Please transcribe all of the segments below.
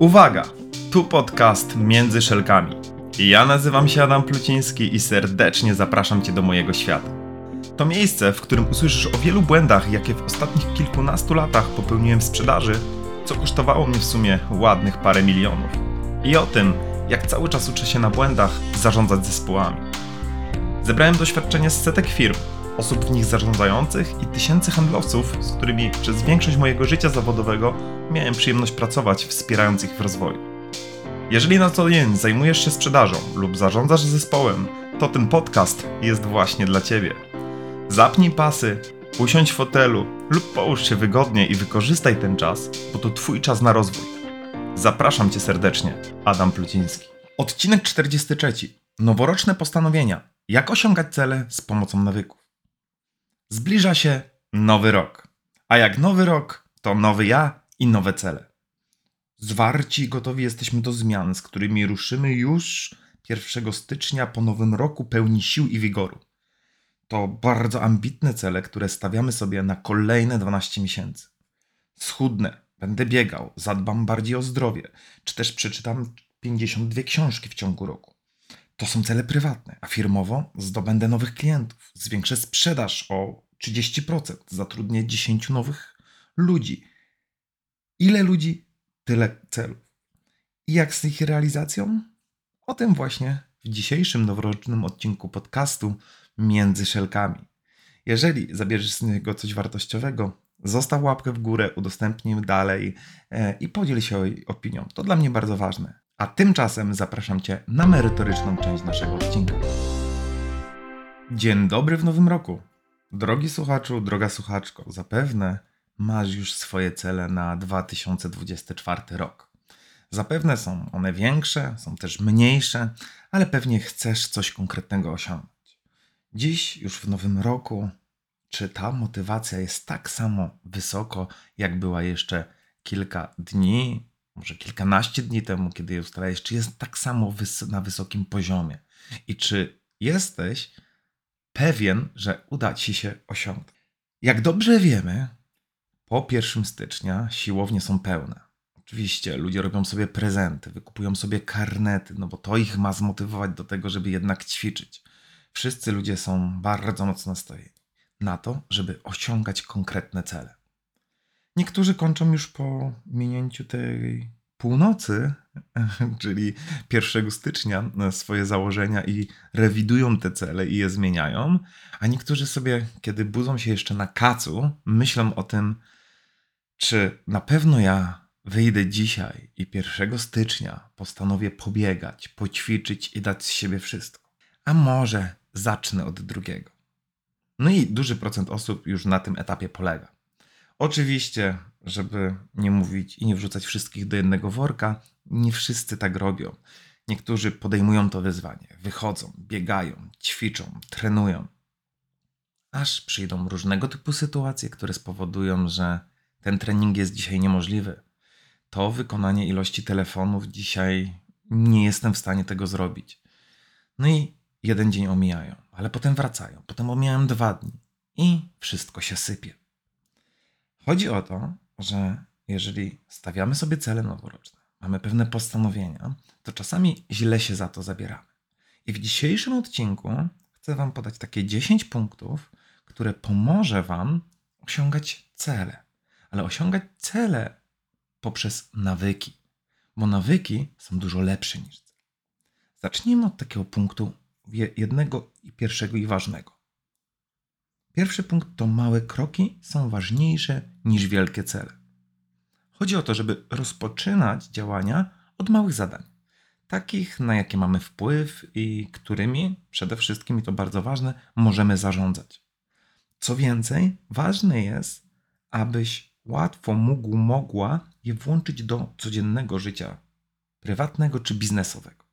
Uwaga! Tu podcast Między Szelkami. Ja nazywam się Adam Pluciński i serdecznie zapraszam Cię do mojego świata. To miejsce, w którym usłyszysz o wielu błędach, jakie w ostatnich kilkunastu latach popełniłem w sprzedaży, co kosztowało mnie w sumie ładnych parę milionów. I o tym, jak cały czas uczę się na błędach zarządzać zespołami. Zebrałem doświadczenie z setek firm, osób w nich zarządzających i tysięcy handlowców, z którymi przez większość mojego życia zawodowego miałem przyjemność pracować, wspierając ich w rozwoju. Jeżeli na co dzień zajmujesz się sprzedażą lub zarządzasz zespołem, to ten podcast jest właśnie dla Ciebie. Zapnij pasy, usiądź w fotelu lub połóż się wygodnie i wykorzystaj ten czas, bo to Twój czas na rozwój. Zapraszam Cię serdecznie, Adam Pluciński. Odcinek 43. Noworoczne postanowienia. Jak osiągać cele z pomocą nawyków. Zbliża się nowy rok. A jak nowy rok, to nowy ja i nowe cele. Zwarci i gotowi jesteśmy do zmian, z którymi ruszymy już 1 stycznia po nowym roku pełni sił i wigoru. To bardzo ambitne cele, które stawiamy sobie na kolejne 12 miesięcy. Schudnę, będę biegał, zadbam bardziej o zdrowie, czy też przeczytam 52 książki w ciągu roku. To są cele prywatne, a firmowo zdobędę nowych klientów, zwiększę sprzedaż o 30%, zatrudnię 10 nowych ludzi. Ile ludzi, tyle celów. I jak z ich realizacją? O tym właśnie w dzisiejszym noworocznym odcinku podcastu Między Szelkami. Jeżeli zabierzesz z niego coś wartościowego, zostaw łapkę w górę, udostępnij dalej i podziel się opinią. To dla mnie bardzo ważne. A tymczasem zapraszam Cię na merytoryczną część naszego odcinka. Dzień dobry w nowym roku. Drogi słuchaczu, droga słuchaczko, zapewne masz już swoje cele na 2024 rok. Zapewne są one większe, są też mniejsze, ale pewnie chcesz coś konkretnego osiągnąć. Dziś, już w nowym roku, czy ta motywacja jest tak samo wysoko, jak była jeszcze kilka dni, może kilkanaście dni temu, kiedy je ustalałeś, czy jest tak samo na wysokim poziomie? I czy jesteś pewien, że uda Ci się osiągnąć? Jak dobrze wiemy, po 1 stycznia siłownie są pełne. Oczywiście ludzie robią sobie prezenty, wykupują sobie karnety, no bo to ich ma zmotywować do tego, żeby jednak ćwiczyć. Wszyscy ludzie są bardzo mocno nastawieni na to, żeby osiągać konkretne cele. Niektórzy kończą już po minięciu tej północy, czyli 1 stycznia, swoje założenia i rewidują te cele i je zmieniają, a niektórzy sobie, kiedy budzą się jeszcze na kacu, myślą o tym, czy na pewno ja wyjdę dzisiaj i 1 stycznia postanowię pobiegać, poćwiczyć i dać z siebie wszystko. A może zacznę od drugiego. No i duży procent osób już na tym etapie polega. Oczywiście, żeby nie mówić i nie wrzucać wszystkich do jednego worka, nie wszyscy tak robią. Niektórzy podejmują to wyzwanie, wychodzą, biegają, ćwiczą, trenują. Aż przyjdą różnego typu sytuacje, które spowodują, że ten trening jest dzisiaj niemożliwy. To wykonanie ilości telefonów dzisiaj nie jestem w stanie tego zrobić. No i jeden dzień omijają, ale potem wracają, potem omijają 2 dni i wszystko się sypie. Chodzi o to, że jeżeli stawiamy sobie cele noworoczne, mamy pewne postanowienia, to czasami źle się za to zabieramy. I w dzisiejszym odcinku chcę Wam podać takie 10 punktów, które pomoże Wam osiągać cele. Ale osiągać cele poprzez nawyki, bo nawyki są dużo lepsze niż cele. Zacznijmy od takiego punktu jednego i pierwszego i ważnego. Pierwszy punkt to małe kroki są ważniejsze niż wielkie cele. Chodzi o to, żeby rozpoczynać działania od małych zadań. Takich, na jakie mamy wpływ i którymi, przede wszystkim, i to bardzo ważne, możemy zarządzać. Co więcej, ważne jest, abyś łatwo mogła je włączyć do codziennego życia prywatnego czy biznesowego.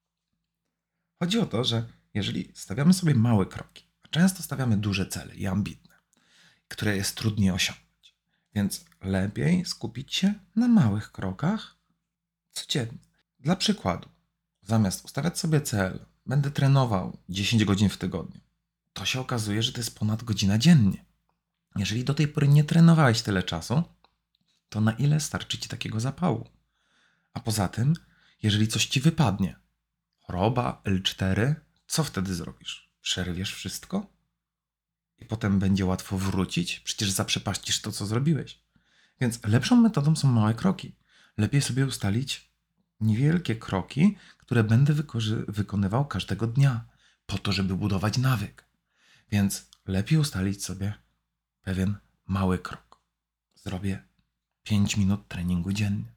Chodzi o to, że jeżeli stawiamy sobie małe kroki, a często stawiamy duże cele i ambitne, które jest trudniej osiągnąć, więc lepiej skupić się na małych krokach codziennie. Dla przykładu, zamiast ustawiać sobie cel, będę trenował 10 godzin w tygodniu, to się okazuje, że to jest ponad godzina dziennie. Jeżeli do tej pory nie trenowałeś tyle czasu, to na ile starczy Ci takiego zapału? A poza tym, jeżeli coś ci wypadnie, choroba, L4, co wtedy zrobisz? Przerwiesz wszystko? I potem będzie łatwo wrócić? Przecież zaprzepaścisz to, co zrobiłeś. Więc lepszą metodą są małe kroki. Lepiej sobie ustalić niewielkie kroki, które będę wykonywał każdego dnia, po to, żeby budować nawyk. Więc lepiej ustalić sobie pewien mały krok. Zrobię 5 minut treningu dziennie.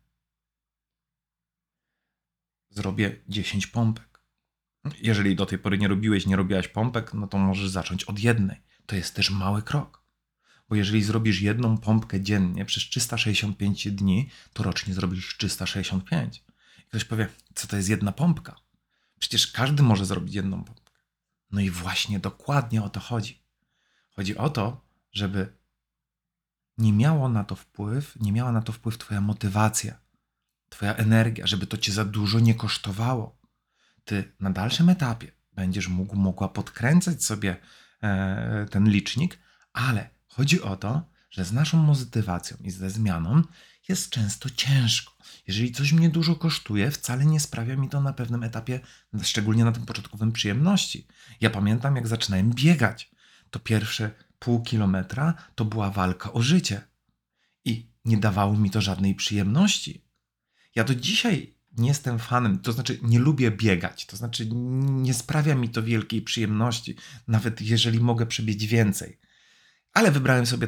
Zrobię 10 pompek. Jeżeli do tej pory nie robiłaś pompek, no to możesz zacząć od jednej. To jest też mały krok. Bo jeżeli zrobisz jedną pompkę dziennie przez 365 dni, to rocznie zrobisz 365. I ktoś powie, co to jest jedna pompka? Przecież każdy może zrobić jedną pompkę. No i właśnie dokładnie o to chodzi. Chodzi o to, żeby nie miała na to wpływ twoja motywacja, twoja energia, żeby to cię za dużo nie kosztowało. Ty na dalszym etapie będziesz mogła podkręcać sobie ten licznik, ale chodzi o to, że z naszą motywacją i ze zmianą jest często ciężko. Jeżeli coś mnie dużo kosztuje, wcale nie sprawia mi to na pewnym etapie, szczególnie na tym początkowym, przyjemności. Ja pamiętam, jak zaczynałem biegać. To pierwsze pół kilometra to była walka o życie. I nie dawało mi to żadnej przyjemności. Ja do dzisiaj nie jestem fanem, to znaczy nie lubię biegać, to znaczy nie sprawia mi to wielkiej przyjemności, nawet jeżeli mogę przebiec więcej. Ale wybrałem sobie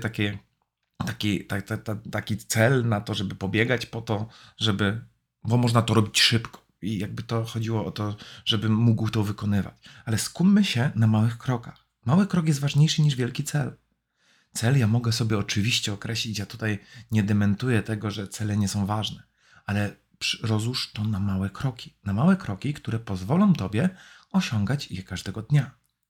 taki cel na to, żeby pobiegać po to, bo można to robić szybko. I jakby to chodziło o to, żebym mógł to wykonywać. Ale skupmy się na małych krokach. Mały krok jest ważniejszy niż wielki cel. Cel ja mogę sobie oczywiście określić, ja tutaj nie dementuję tego, że cele nie są ważne, ale rozłóż to na małe kroki. Na małe kroki, które pozwolą tobie osiągać je każdego dnia.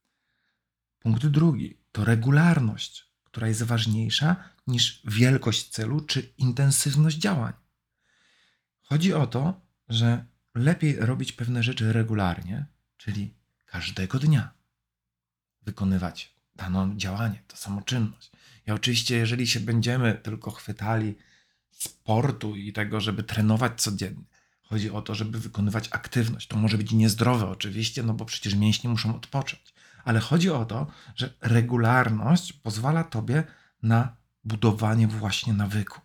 Punkt drugi to regularność, która jest ważniejsza niż wielkość celu czy intensywność działań. Chodzi o to, że lepiej robić pewne rzeczy regularnie, czyli każdego dnia wykonywać dane działanie, to samoczynność. I oczywiście, jeżeli się będziemy tylko chwytali sportu i tego, żeby trenować codziennie, chodzi o to, żeby wykonywać aktywność. To może być niezdrowe oczywiście, no bo przecież mięśnie muszą odpocząć. Ale chodzi o to, że regularność pozwala tobie na budowanie właśnie nawyku.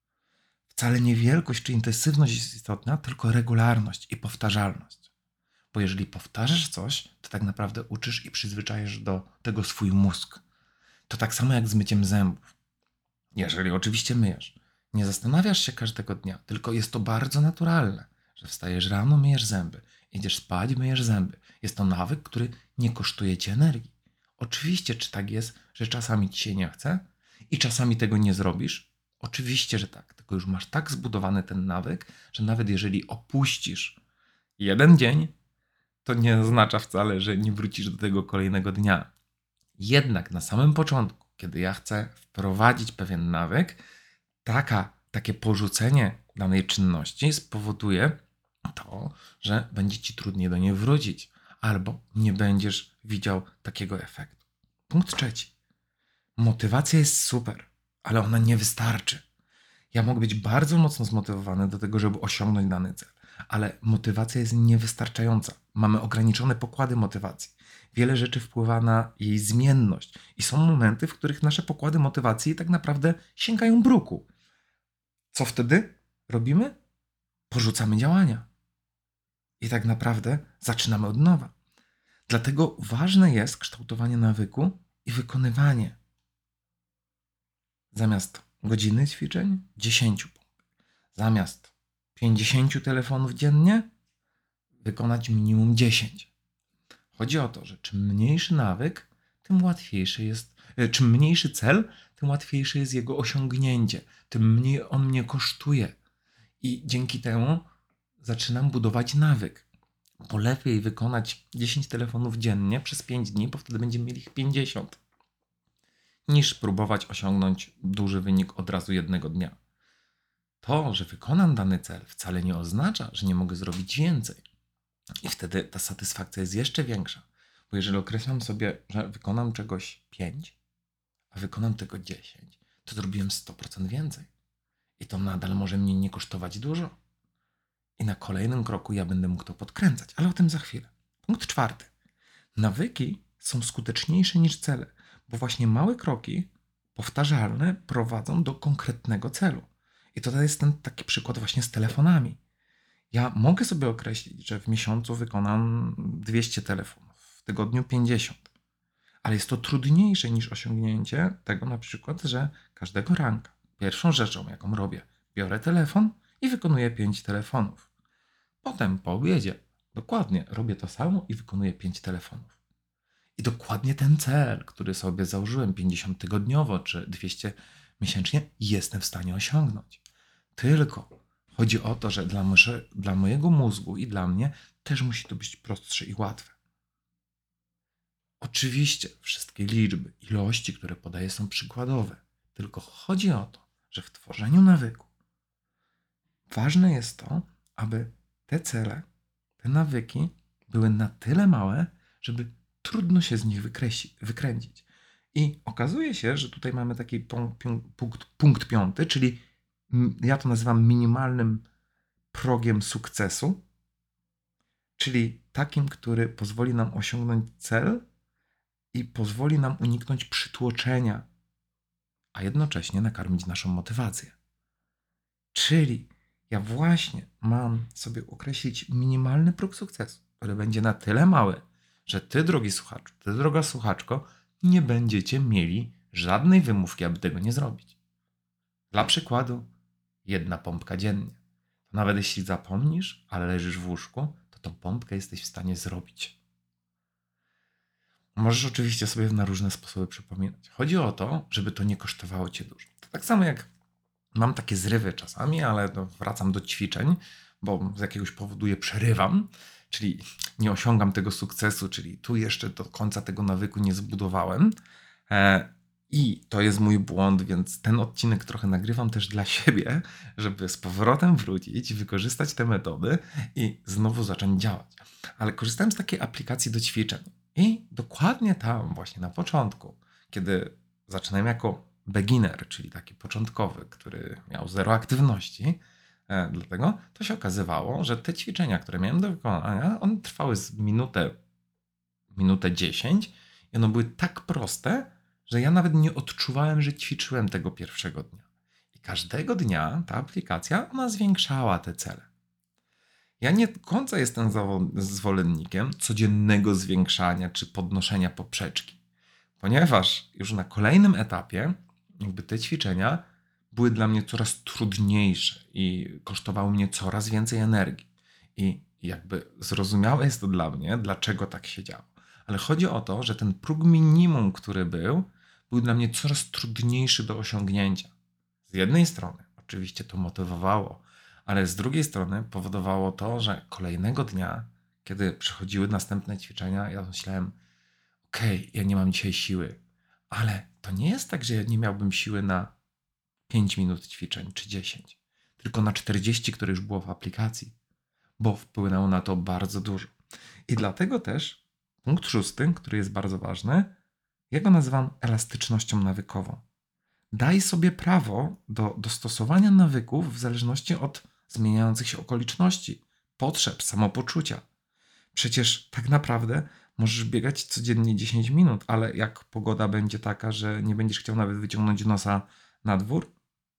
Wcale nie wielkość czy intensywność jest istotna, tylko regularność i powtarzalność. Bo jeżeli powtarzasz coś, to tak naprawdę uczysz i przyzwyczajasz do tego swój mózg. To tak samo jak z myciem zębów. Jeżeli oczywiście myjesz. Nie zastanawiasz się każdego dnia, tylko jest to bardzo naturalne, że wstajesz rano, myjesz zęby, idziesz spać, myjesz zęby. Jest to nawyk, który nie kosztuje ci energii. Oczywiście, czy tak jest, że czasami ci się nie chce i czasami tego nie zrobisz? Oczywiście, że tak. Tylko już masz tak zbudowany ten nawyk, że nawet jeżeli opuścisz jeden dzień, to nie oznacza wcale, że nie wrócisz do tego kolejnego dnia. Jednak na samym początku, kiedy ja chcę wprowadzić pewien nawyk, takie porzucenie danej czynności spowoduje to, że będzie ci trudniej do niej wrócić, albo nie będziesz widział takiego efektu. Punkt trzeci. Motywacja jest super, ale ona nie wystarczy. Ja mogę być bardzo mocno zmotywowany do tego, żeby osiągnąć dany cel, ale motywacja jest niewystarczająca. Mamy ograniczone pokłady motywacji. Wiele rzeczy wpływa na jej zmienność i są momenty, w których nasze pokłady motywacji tak naprawdę sięgają bruku. Co wtedy robimy? Porzucamy działania. I tak naprawdę zaczynamy od nowa. Dlatego ważne jest kształtowanie nawyku i wykonywanie. Zamiast godziny ćwiczeń, 10 pompek. Zamiast 50 telefonów dziennie, wykonać minimum 10. Chodzi o to, że czym mniejszy nawyk, tym łatwiejszy jest, czym mniejszy cel, tym łatwiejsze jest jego osiągnięcie, tym mniej on mnie kosztuje. I dzięki temu zaczynam budować nawyk. Bo lepiej wykonać 10 telefonów dziennie przez 5 dni, bo wtedy będziemy mieli ich 50, niż próbować osiągnąć duży wynik od razu jednego dnia. To, że wykonam dany cel, wcale nie oznacza, że nie mogę zrobić więcej. I wtedy ta satysfakcja jest jeszcze większa. Bo jeżeli określam sobie, że wykonam czegoś 5, a wykonam tego 10, to zrobiłem 100% więcej. I to nadal może mnie nie kosztować dużo. I na kolejnym kroku ja będę mógł to podkręcać, ale o tym za chwilę. Punkt 4. Nawyki są skuteczniejsze niż cele, bo właśnie małe kroki powtarzalne prowadzą do konkretnego celu. I to jest ten taki przykład właśnie z telefonami. Ja mogę sobie określić, że w miesiącu wykonam 200 telefonów, w tygodniu 50. Ale jest to trudniejsze niż osiągnięcie tego na przykład, że każdego ranka pierwszą rzeczą, jaką robię, biorę telefon i wykonuję 5 telefonów. Potem po obiedzie dokładnie robię to samo i wykonuję 5 telefonów. I dokładnie ten cel, który sobie założyłem 50 tygodniowo czy 200 miesięcznie, jestem w stanie osiągnąć. Tylko chodzi o to, że dla mojego mózgu i dla mnie też musi to być prostsze i łatwe. Oczywiście wszystkie liczby, ilości, które podaję, są przykładowe. Tylko chodzi o to, że w tworzeniu nawyku ważne jest to, aby te cele, te nawyki były na tyle małe, żeby trudno się z nich wykręcić. I okazuje się, że tutaj mamy taki punkt 5, czyli ja to nazywam minimalnym progiem sukcesu, czyli takim, który pozwoli nam osiągnąć cel i pozwoli nam uniknąć przytłoczenia, a jednocześnie nakarmić naszą motywację. Czyli ja właśnie mam sobie określić minimalny próg sukcesu, który będzie na tyle mały, że ty, drogi słuchaczu, ty, droga słuchaczko, nie będziecie mieli żadnej wymówki, aby tego nie zrobić. Dla przykładu, 1 pompka dziennie. To nawet jeśli zapomnisz, ale leżysz w łóżku, to tą pompkę jesteś w stanie zrobić. Możesz oczywiście sobie na różne sposoby przypominać. Chodzi o to, żeby to nie kosztowało cię dużo. To tak samo jak mam takie zrywy czasami, ale wracam do ćwiczeń, bo z jakiegoś powodu je przerywam, czyli nie osiągam tego sukcesu, czyli tu jeszcze do końca tego nawyku nie zbudowałem. I to jest mój błąd, więc ten odcinek trochę nagrywam też dla siebie, żeby z powrotem wrócić, wykorzystać te metody i znowu zacząć działać. Ale korzystałem z takiej aplikacji do ćwiczeń. I dokładnie tam, właśnie na początku, kiedy zaczynałem jako beginner, czyli taki początkowy, który miał 0 aktywności, dlatego to się okazywało, że te ćwiczenia, które miałem do wykonania, one trwały z minutę 10 i one były tak proste, że ja nawet nie odczuwałem, że ćwiczyłem tego pierwszego dnia. I każdego dnia ta aplikacja, ona zwiększała te cele. Ja nie do końca jestem zwolennikiem codziennego zwiększania czy podnoszenia poprzeczki, ponieważ już na kolejnym etapie jakby te ćwiczenia były dla mnie coraz trudniejsze i kosztowały mnie coraz więcej energii. I jakby zrozumiałe jest to dla mnie, dlaczego tak się działo. Ale chodzi o to, że ten próg minimum, który był dla mnie coraz trudniejszy do osiągnięcia. Z jednej strony oczywiście to motywowało, ale z drugiej strony powodowało to, że kolejnego dnia, kiedy przychodziły następne ćwiczenia, ja myślałem, ja nie mam dzisiaj siły, ale to nie jest tak, że ja nie miałbym siły na 5 minut ćwiczeń czy 10, tylko na 40, które już było w aplikacji, bo wpłynęło na to bardzo dużo. I dlatego też punkt 6, który jest bardzo ważny, ja go nazywam elastycznością nawykową. Daj sobie prawo do dostosowania nawyków w zależności od zmieniających się okoliczności, potrzeb, samopoczucia. Przecież tak naprawdę możesz biegać codziennie 10 minut, ale jak pogoda będzie taka, że nie będziesz chciał nawet wyciągnąć nosa na dwór,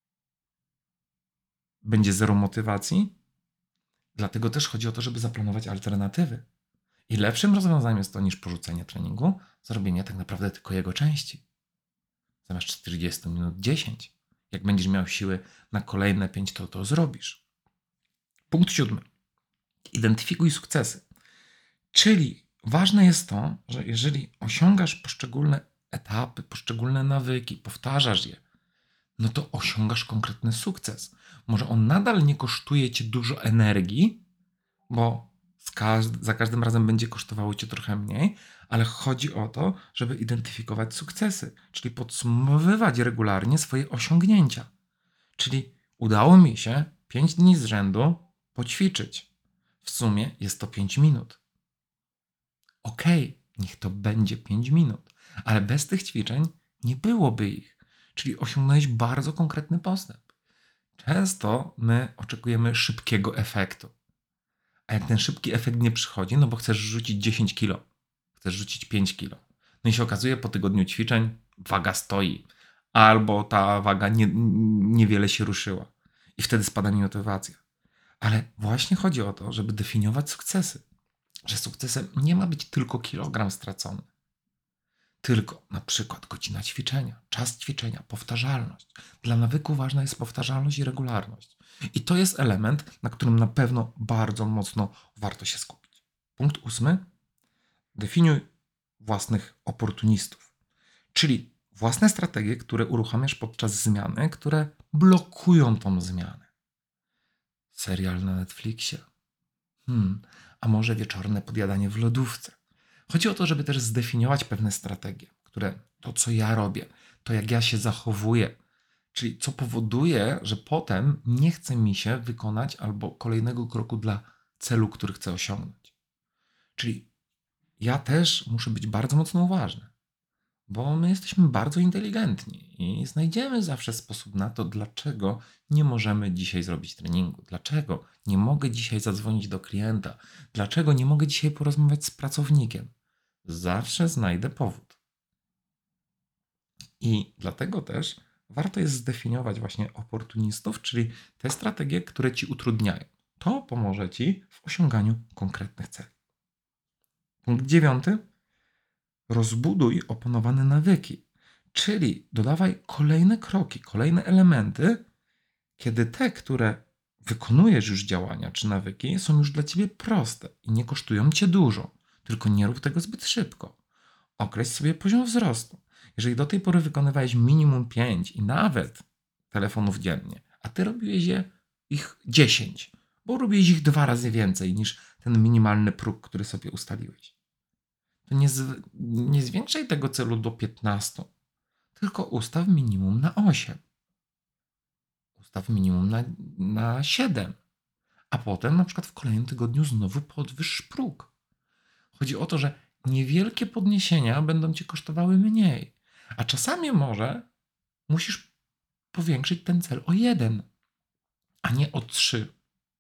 będzie zero motywacji. Dlatego też chodzi o to, żeby zaplanować alternatywy. I lepszym rozwiązaniem jest to niż porzucenie treningu, zrobienie tak naprawdę tylko jego części. Zamiast 40 minut 10. Jak będziesz miał siły na kolejne 5, to zrobisz. Punkt 7. Identyfikuj sukcesy. Czyli ważne jest to, że jeżeli osiągasz poszczególne etapy, poszczególne nawyki, powtarzasz je, no to osiągasz konkretny sukces. Może on nadal nie kosztuje cię dużo energii, bo za każdym razem będzie kosztowało cię trochę mniej, ale chodzi o to, żeby identyfikować sukcesy, czyli podsumowywać regularnie swoje osiągnięcia. Czyli udało mi się 5 dni z rzędu poćwiczyć. W sumie jest to 5 minut. Niech to będzie 5 minut, ale bez tych ćwiczeń nie byłoby ich. Czyli osiągnąłeś bardzo konkretny postęp. Często my oczekujemy szybkiego efektu. A jak ten szybki efekt nie przychodzi, no bo chcesz rzucić 10 kilo, chcesz rzucić 5 kilo. No i się okazuje, po tygodniu ćwiczeń waga stoi, albo ta waga niewiele się ruszyła. I wtedy spada mi motywacja. Ale właśnie chodzi o to, żeby definiować sukcesy. Że sukcesem nie ma być tylko kilogram stracony. Tylko na przykład godzina ćwiczenia, czas ćwiczenia, powtarzalność. Dla nawyku ważna jest powtarzalność i regularność. I to jest element, na którym na pewno bardzo mocno warto się skupić. Punkt 8. Definiuj własnych oportunistów. Czyli własne strategie, które uruchamiasz podczas zmiany, które blokują tą zmianę. Serial na Netflixie. A może wieczorne podjadanie w lodówce. Chodzi o to, żeby też zdefiniować pewne strategie, które to, co ja robię, to jak ja się zachowuję, czyli co powoduje, że potem nie chce mi się wykonać albo kolejnego kroku dla celu, który chcę osiągnąć. Czyli ja też muszę być bardzo mocno uważny, bo my jesteśmy bardzo inteligentni i znajdziemy zawsze sposób na to, dlaczego nie możemy dzisiaj zrobić treningu, dlaczego nie mogę dzisiaj zadzwonić do klienta, dlaczego nie mogę dzisiaj porozmawiać z pracownikiem. Zawsze znajdę powód. I dlatego też warto jest zdefiniować właśnie oportunistów, czyli te strategie, które ci utrudniają. To pomoże ci w osiąganiu konkretnych celi. Punkt 9. Rozbuduj opanowane nawyki, czyli dodawaj kolejne kroki, kolejne elementy, kiedy te, które wykonujesz już działania czy nawyki, są już dla ciebie proste i nie kosztują cię dużo. Tylko nie rób tego zbyt szybko. Określ sobie poziom wzrostu. Jeżeli do tej pory wykonywałeś minimum 5 i nawet telefonów dziennie, a ty robiłeś ich 10, bo robiłeś ich 2 razy więcej niż ten minimalny próg, który sobie ustaliłeś, to nie zwiększaj tego celu do 15, tylko ustaw minimum na 8. Ustaw minimum na 7. A potem na przykład w kolejnym tygodniu znowu podwyższ próg. Chodzi o to, że niewielkie podniesienia będą cię kosztowały mniej. A czasami może musisz powiększyć ten cel o 1, a nie o 3.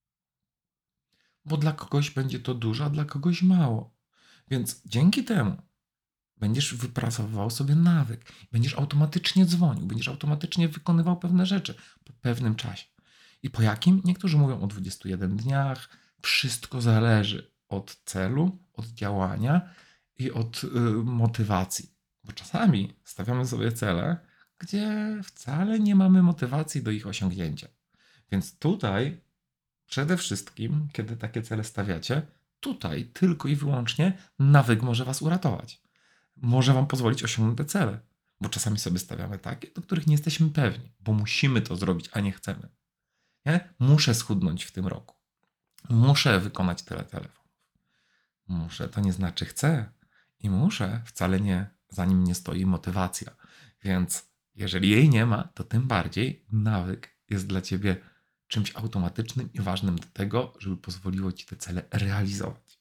Bo dla kogoś będzie to dużo, a dla kogoś mało. Więc dzięki temu będziesz wypracowywał sobie nawyk. Będziesz automatycznie dzwonił, będziesz automatycznie wykonywał pewne rzeczy po pewnym czasie. I po jakim? Niektórzy mówią o 21 dniach. Wszystko zależy od celu, od działania i od motywacji. Bo czasami stawiamy sobie cele, gdzie wcale nie mamy motywacji do ich osiągnięcia. Więc tutaj przede wszystkim, kiedy takie cele stawiacie, tutaj tylko i wyłącznie nawyk może was uratować. Może wam pozwolić osiągnąć te cele. Bo czasami sobie stawiamy takie, do których nie jesteśmy pewni, bo musimy to zrobić, a nie chcemy. Nie? Muszę schudnąć w tym roku. Muszę wykonać tyle telefonów. Muszę, to nie znaczy chcę. I muszę wcale nie, za nim nie stoi motywacja. Więc jeżeli jej nie ma, to tym bardziej nawyk jest dla ciebie czymś automatycznym i ważnym do tego, żeby pozwoliło ci te cele realizować.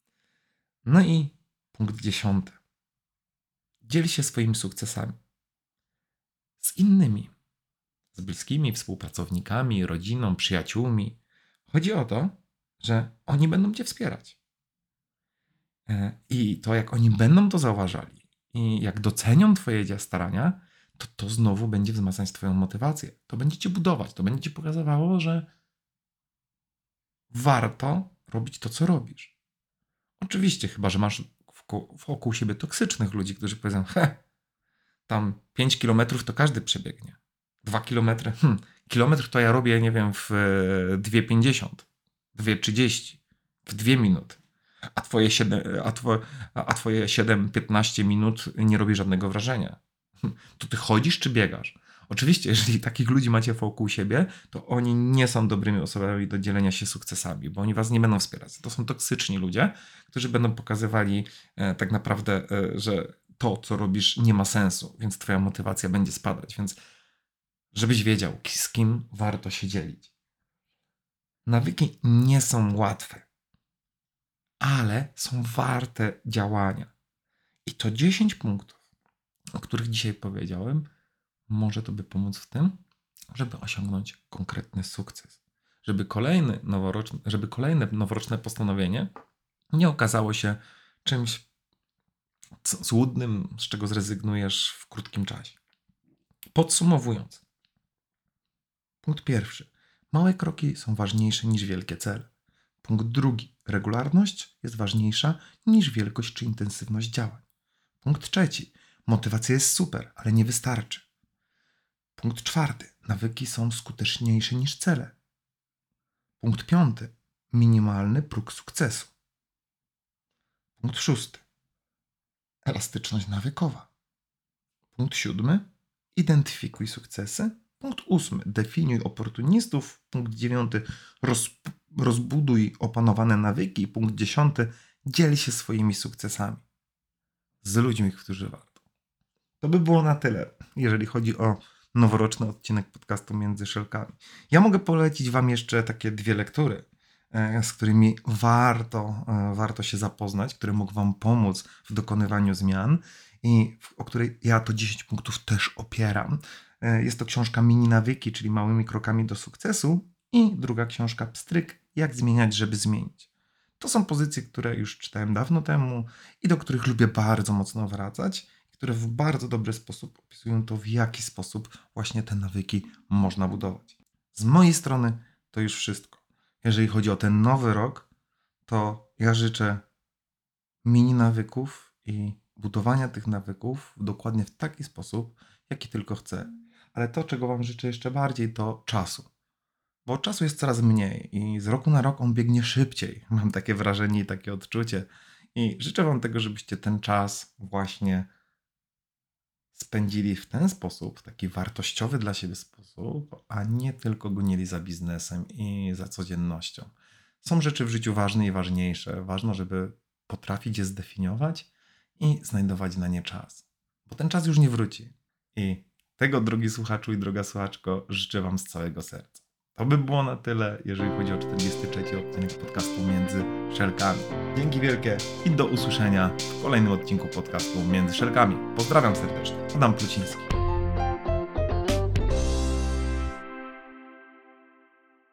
No i punkt 10. Dziel się swoimi sukcesami z innymi, z bliskimi, współpracownikami, rodziną, przyjaciółmi. Chodzi o to, że oni będą cię wspierać. I to, jak oni będą to zauważali i jak docenią twoje starania, to znowu będzie wzmacniać twoją motywację. To będzie cię budować, to będzie ci pokazywało, że warto robić to, co robisz. Oczywiście, chyba że masz wokół siebie toksycznych ludzi, którzy powiedzą, tam 5 kilometrów to każdy przebiegnie. 2 kilometry, kilometr to ja robię, nie wiem, w 2,50, 2,30, w 2 minuty. A twoje 7-15 minut nie robi żadnego wrażenia. To ty chodzisz czy biegasz? Oczywiście, jeżeli takich ludzi macie wokół siebie, to oni nie są dobrymi osobami do dzielenia się sukcesami, bo oni was nie będą wspierać. To są toksyczni ludzie, którzy będą pokazywali tak naprawdę, że to, co robisz, nie ma sensu, więc twoja motywacja będzie spadać. Więc żebyś wiedział, z kim warto się dzielić. Nawyki nie są łatwe, ale są warte działania. I to 10 punktów, o których dzisiaj powiedziałem, może tobie pomóc w tym, żeby osiągnąć konkretny sukces. żeby kolejne noworoczne postanowienie nie okazało się czymś złudnym, z czego zrezygnujesz w krótkim czasie. Podsumowując, punkt pierwszy. Małe kroki są ważniejsze niż wielkie cele. Punkt drugi. Regularność jest ważniejsza niż wielkość czy intensywność działań. Punkt trzeci. Motywacja jest super, ale nie wystarczy. Punkt czwarty. Nawyki są skuteczniejsze niż cele. Punkt piąty. Minimalny próg sukcesu. Punkt szósty. Elastyczność nawykowa. Punkt siódmy. Identyfikuj sukcesy. Punkt ósmy. Definiuj oportunistów. Punkt dziewiąty. Rozbuduj opanowane nawyki. Punkt dziesiąty. Dziel się swoimi sukcesami z ludźmi, którzy warto. To by było na tyle, jeżeli chodzi o noworoczny odcinek podcastu Między Szelkami. Ja mogę polecić wam jeszcze takie 2 lektury, z którymi warto się zapoznać, które mogą wam pomóc w dokonywaniu zmian i o której ja to 10 punktów też opieram. Jest to książka Mini Nawyki, czyli małymi krokami do sukcesu, i druga książka Pstryk, jak zmieniać, żeby zmienić. To są pozycje, które już czytałem dawno temu i do których lubię bardzo mocno wracać, które w bardzo dobry sposób opisują to, w jaki sposób właśnie te nawyki można budować. Z mojej strony to już wszystko. Jeżeli chodzi o ten nowy rok, to ja życzę mini nawyków i budowania tych nawyków dokładnie w taki sposób, jaki tylko chcę. Ale to, czego wam życzę jeszcze bardziej, to czasu. Bo czasu jest coraz mniej i z roku na rok on biegnie szybciej. Mam takie wrażenie i takie odczucie. I życzę wam tego, żebyście ten czas właśnie spędzili w ten sposób, taki wartościowy dla siebie sposób, a nie tylko gonili za biznesem i za codziennością. Są rzeczy w życiu ważne i ważniejsze. Ważne, żeby potrafić je zdefiniować i znajdować na nie czas. Bo ten czas już nie wróci. I tego, drogi słuchaczu i droga słuchaczko, życzę wam z całego serca. To by było na tyle, jeżeli chodzi o 43. odcinek podcastu Między Szelkami. Dzięki wielkie i do usłyszenia w kolejnym odcinku podcastu Między Szelkami. Pozdrawiam serdecznie. Adam Pluciński.